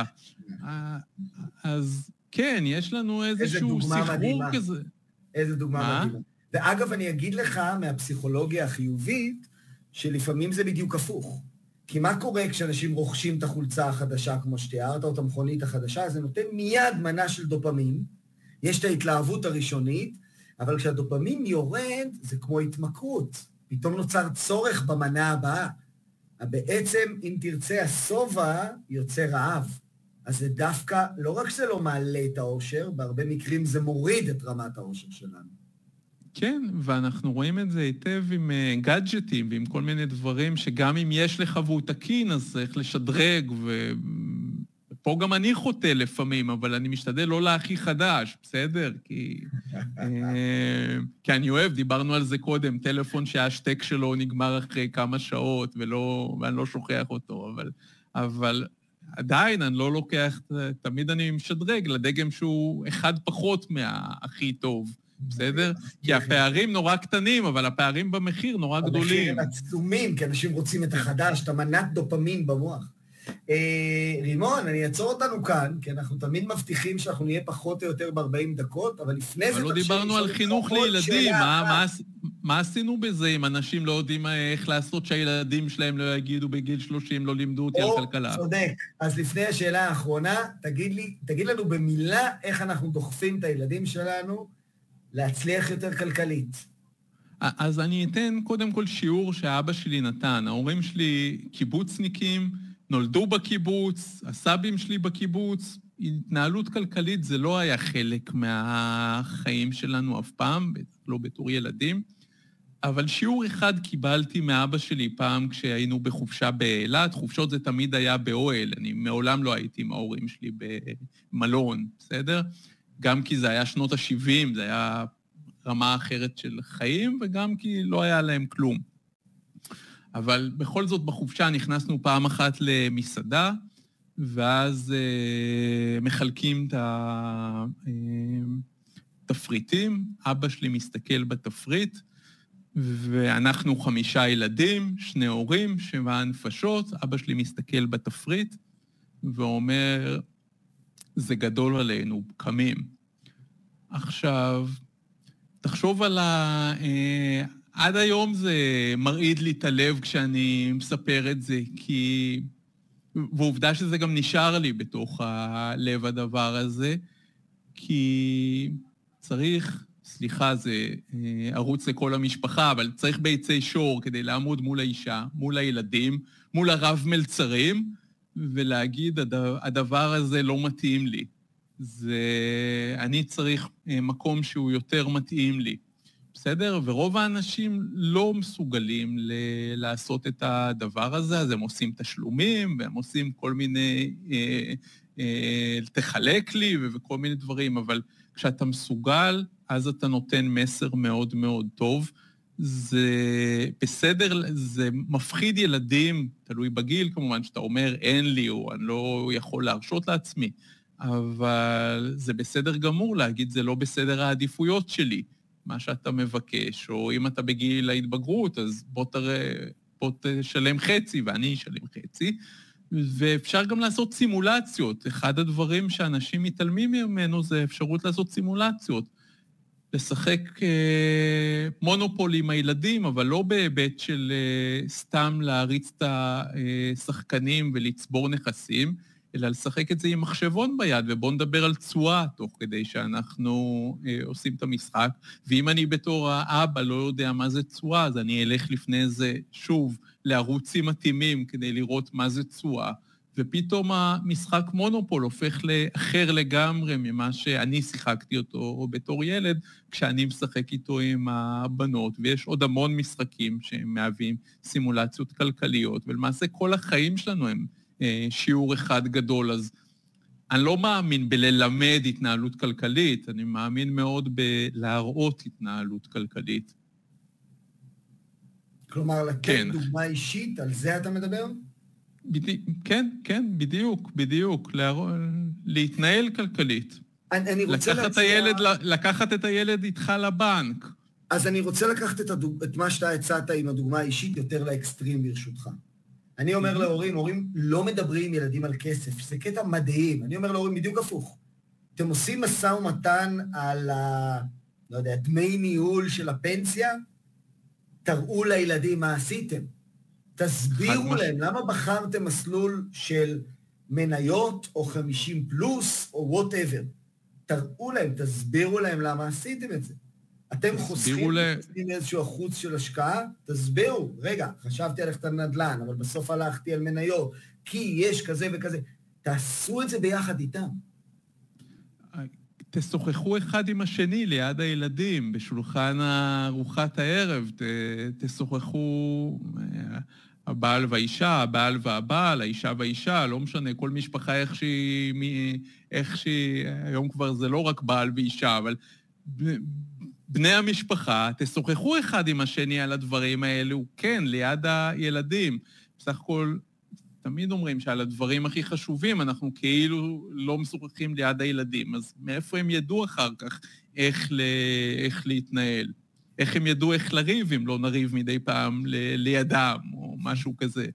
אז כן, יש לנו איזשהו סחרור כזה. איזה דוגמה מדהימה. ואגב, אני אגיד לך מהפסיכולוגיה החיובית, שלפעמים זה בדיוק הפוך. כי מה קורה כשאנשים רוכשים את החולצה החדשה, כמו שתיארת, או את המכונית החדשה, זה נותן מיד מנה של דופמין, יש את ההתלהבות הראשונית, אבל כשהדופמין יורד, זה כמו התמכרות. פתאום נוצר צורך במנה הבאה. בעצם, אם תרצה, הסובה יוצא רעב. אז זה דווקא, לא רק שזה לא מעלה את האושר, בהרבה מקרים זה מוריד את רמת האושר שלנו. כן, ואנחנו רואים את זה היטב עם גאדג'טים ועם כל מיני דברים, שגם אם יש לך והוא תקין, אז צריך לשדרג, ופה גם אני חוטא לפעמים, אבל אני משתדל לא להכי חדש, בסדר? כי, כי אני אוהב, דיברנו על זה קודם, טלפון שההשטק שלו נגמר אחרי כמה שעות, ולא, ואני לא שוכח אותו, אבל, אבל עדיין אני לא לוקח, תמיד אני משדרג לדגם שהוא אחד פחות מהכי טוב. בסדר? כי הפערים נורא קטנים, אבל הפערים במחיר נורא גדולים. המחיר עצומים, כי אנשים רוצים את החדש, את המנת דופמין במוח. רימון, אני אעצור אותנו כאן, כי אנחנו תמיד מבטיחים שאנחנו נהיה פחות או יותר ב-ארבעים דקות, אבל לפני זה... אבל לא דיברנו על חינוך לילדים, מה עשינו בזה אם אנשים לא יודעים איך לעשות שהילדים שלהם לא יגידו בגיל שלושים, לא לימדו אותי על כלכלה? או, צודק. אז לפני השאלה האחרונה, תגיד לי, תגיד לנו במילה איך אנחנו דוחפים את הילדים שלנו, להצליח יותר כלכלית. אז אני אתן קודם כל שיעור שאבא שלי נתן. ההורים שלי קיבוצניקים, נולדו בקיבוץ, הסבים שלי בקיבוץ. התנהלות כלכלית זה לא היה חלק מהחיים שלנו אף פעם, לא בתור ילדים, אבל שיעור אחד קיבלתי מאבא שלי פעם כשהיינו בחופשה באילת, חופשות זה תמיד היה באוהל, אני מעולם לא הייתי עם ההורים שלי במלון, בסדר? גם כי זה היה שנות ה-שבעים, זה היה רמה אחרת של חיים, וגם כי לא היה להם כלום. אבל בכל זאת בחופשה נכנסנו פעם אחת למסעדה, ואז אה, מחלקים את התפריטים, אבא שלי מסתכל בתפריט, ואנחנו חמישה ילדים, שני הורים, שבעה נפשות, אבא שלי מסתכל בתפריט, ואומר, זה גדול עלינו, קמים. עכשיו, תחשוב על ה... עד היום זה מרעיד לי את הלב כשאני מספר את זה, כי... ועובדה שזה גם נשאר לי בתוך הלב הדבר הזה, כי צריך, סליחה, זה ערוץ לכל המשפחה, אבל צריך ביצי שור כדי לעמוד מול האישה, מול הילדים, מול הרב מלצרים, ולהגיד, הדבר הזה לא מתאים לי. זה... אני צריך מקום שהוא יותר מתאים לי. בסדר? ורוב האנשים לא מסוגלים ל- לעשות את הדבר הזה, אז הם עושים תשלומים, והם עושים כל מיני, אה, אה, תחלק לי וכל מיני דברים, אבל כשאתה מסוגל, אז אתה נותן מסר מאוד מאוד טוב. זה בסדר, זה מפחיד ילדים, תלוי בגיל כמובן, שאתה אומר, אין לי, או אני לא יכול להרשות לעצמי, אבל זה בסדר גמור להגיד, זה לא בסדר העדיפויות שלי. מה שאתה מבקש, או אם אתה בגיל ההתבגרות, אז בוא תראה, בוא תשלם חצי, ואני אשלם חצי, ואפשר גם לעשות סימולציות. אחד הדברים שאנשים מתעלמים ממנו זה אפשרות לעשות סימולציות. לשחק אה, מונופול עם הילדים, אבל לא בהיבט של אה, סתם להריץ את השחקנים ולצבור נכסים, אלא לשחק את זה עם מחשבון ביד, ובואו נדבר על צועה, תוך כדי שאנחנו אה, עושים את המשחק, ואם אני בתור האבא לא יודע מה זה צועה, אז אני אלך לפני זה שוב לערוצים מתאימים, כדי לראות מה זה צועה, ופתאום המשחק מונופול הופך לאחר לגמרי, ממה שאני שיחקתי אותו בתור ילד, כשאני משחק איתו עם הבנות, ויש עוד המון משחקים שהם מהווים סימולציות כלכליות, ולמעשה כל החיים שלנו הם, שיעור אחד גדול, אז אני לא מאמין בללמד התנהלות כלכלית, אני מאמין מאוד בלהראות התנהלות כלכלית. כלומר, לתת כן. דוגמה אישית, על זה אתה מדבר? בדי... כן, כן, בדיוק, בדיוק, להראות, להתנהל כלכלית. אני, אני רוצה לקחת, להציע... הילד, לקחת את הילד איתך לבנק. אז אני רוצה לקחת את, הדוג... את מה שאתה הצעת עם הדוגמה האישית יותר לאקסטרים ברשותך. אני אומר להורים, הורים לא מדברים עם ילדים על כסף, זה קטע מדהים. אני אומר להורים בדיוק הפוך. אתם עושים משא ומתן על ה... לא יודע, דמי ניהול של הפנסיה, תראו לילדים מה עשיתם. תסבירו להם, למה בחרתם מסלול של מניות או חמישים פלוס או whatever. תראו להם, תסבירו להם למה עשיתם את זה. אתם חוסכים איזשהו אחוז של השקעה, תסבירו, רגע, חשבתי על ללכת על נדל"ן, אבל בסוף הלכתי על מניות, כי יש כזה וכזה. תעשו את זה ביחד איתם. תשוחחו אחד עם השני ליד הילדים, בשולחן ארוחת הערב, תשוחחו הבעל והאישה, הבעל והבעל, האישה והאישה, לא משנה, כל משפחה איך שהיא, איך שהיא, היום כבר זה לא רק בעל ואישה, אבל בני המשפחה, תשוחחו אחד עם השני על הדברים האלו, כן, ליד הילדים. בסך הכל, תמיד אומרים שעל הדברים הכי חשובים, אנחנו כאילו לא משוחחים ליד הילדים, אז מאיפה הם ידעו אחר כך איך, ל... איך להתנהל? איך הם ידעו איך לריב אם לא נריב מדי פעם ל... לידם, או משהו כזה?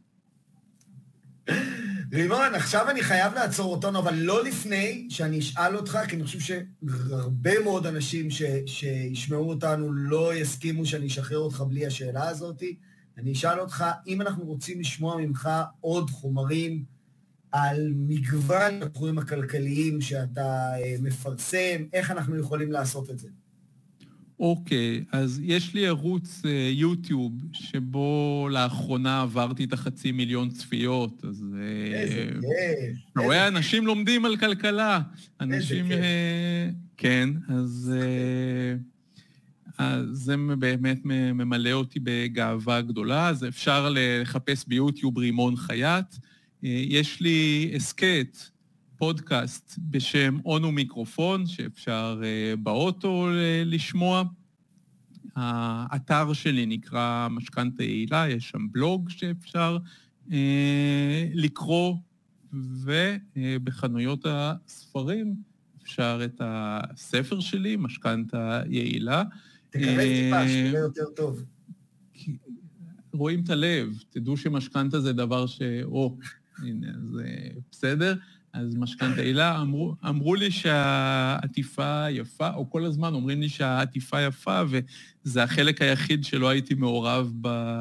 רימון, עכשיו אני חייב לעצור אותנו, אבל לא לפני שאני אשאל אותך, כי אני חושב שהרבה מאוד אנשים ש... שישמעו אותנו לא יסכימו שאני אשחרר אותך בלי השאלה הזאת. אני אשאל אותך, אם אנחנו רוצים לשמוע ממך עוד חומרים על מגוון התחומים הכלכליים שאתה מפרסם, איך אנחנו יכולים לעשות את זה? אוקיי, אז יש לי ערוץ יוטיוב, שבו לאחרונה עברתי את החצי מיליון צפיות, אז... איזה כיף. רואה, אנשים לומדים על כלכלה. אנשים... כן, אז... אז זה באמת ממלא אותי בגאווה גדולה, אז אפשר לחפש ביוטיוב רימון חייט. יש לי הסקט, פודקאסט בשם און ומיקרופון, שאפשר באוטו לשמוע. האתר שלי נקרא משכנתה יעילה, יש שם בלוג שאפשר לקרוא, ובחנויות הספרים אפשר את הספר שלי, משכנתה יעילה. תקרב טיפה, שיהיה יותר טוב. רואים את הלב, תדעו שמשכנתה זה דבר ש... או, הנה, זה בסדר. אז משכנתה יעילה, אמרו, אמרו לי שהעטיפה יפה, או כל הזמן אומרים לי שהעטיפה יפה, וזה החלק היחיד שלא הייתי מעורב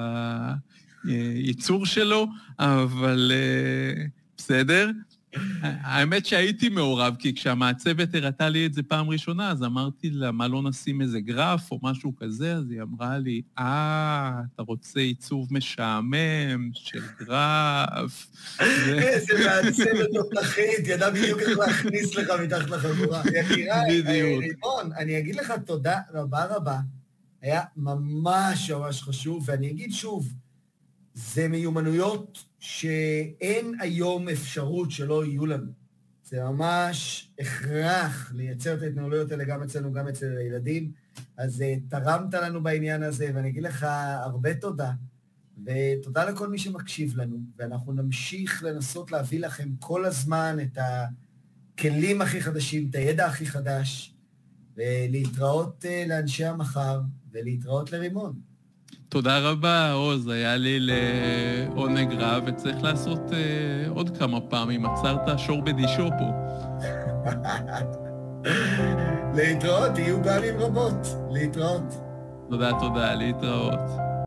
בייצור שלו, אבל בסדר. האמת שהייתי מעורב, כי כשהמעצבת הראתה לי את זה פעם ראשונה, אז אמרתי לה, מה לא נשים איזה גרף או משהו כזה, אז היא אמרה לי, אה, אתה רוצה עיצוב משעמם של גרף. איזה מעצבת תותחית, ידע בדיוק איך להכניס לך מתחת לחגורה. יקיריי, רימון, אני אגיד לך תודה רבה רבה, היה ממש ממש חשוב, ואני אגיד שוב, זה מיומנויות שאין היום אפשרות שלא יהיו לנו. זה ממש הכרח לייצר את ההתנהלויות האלה גם אצלנו, גם אצל הילדים. אז תרמת לנו בעניין הזה, ואני אגיד לך הרבה תודה, ותודה לכל מי שמקשיב לנו, ואנחנו נמשיך לנסות להביא לכם כל הזמן את הכלים הכי חדשים, את הידע הכי חדש, ולהתראות לאנשי המחר, ולהתראות לרימון. תודה רבה, עוז, היה לי לעונג רב, וצריך לעשות אה, עוד כמה פעמים, עצרת שור בדישו פה. להתראות, יהיו פעמים רבות, להתראות. תודה, תודה, להתראות.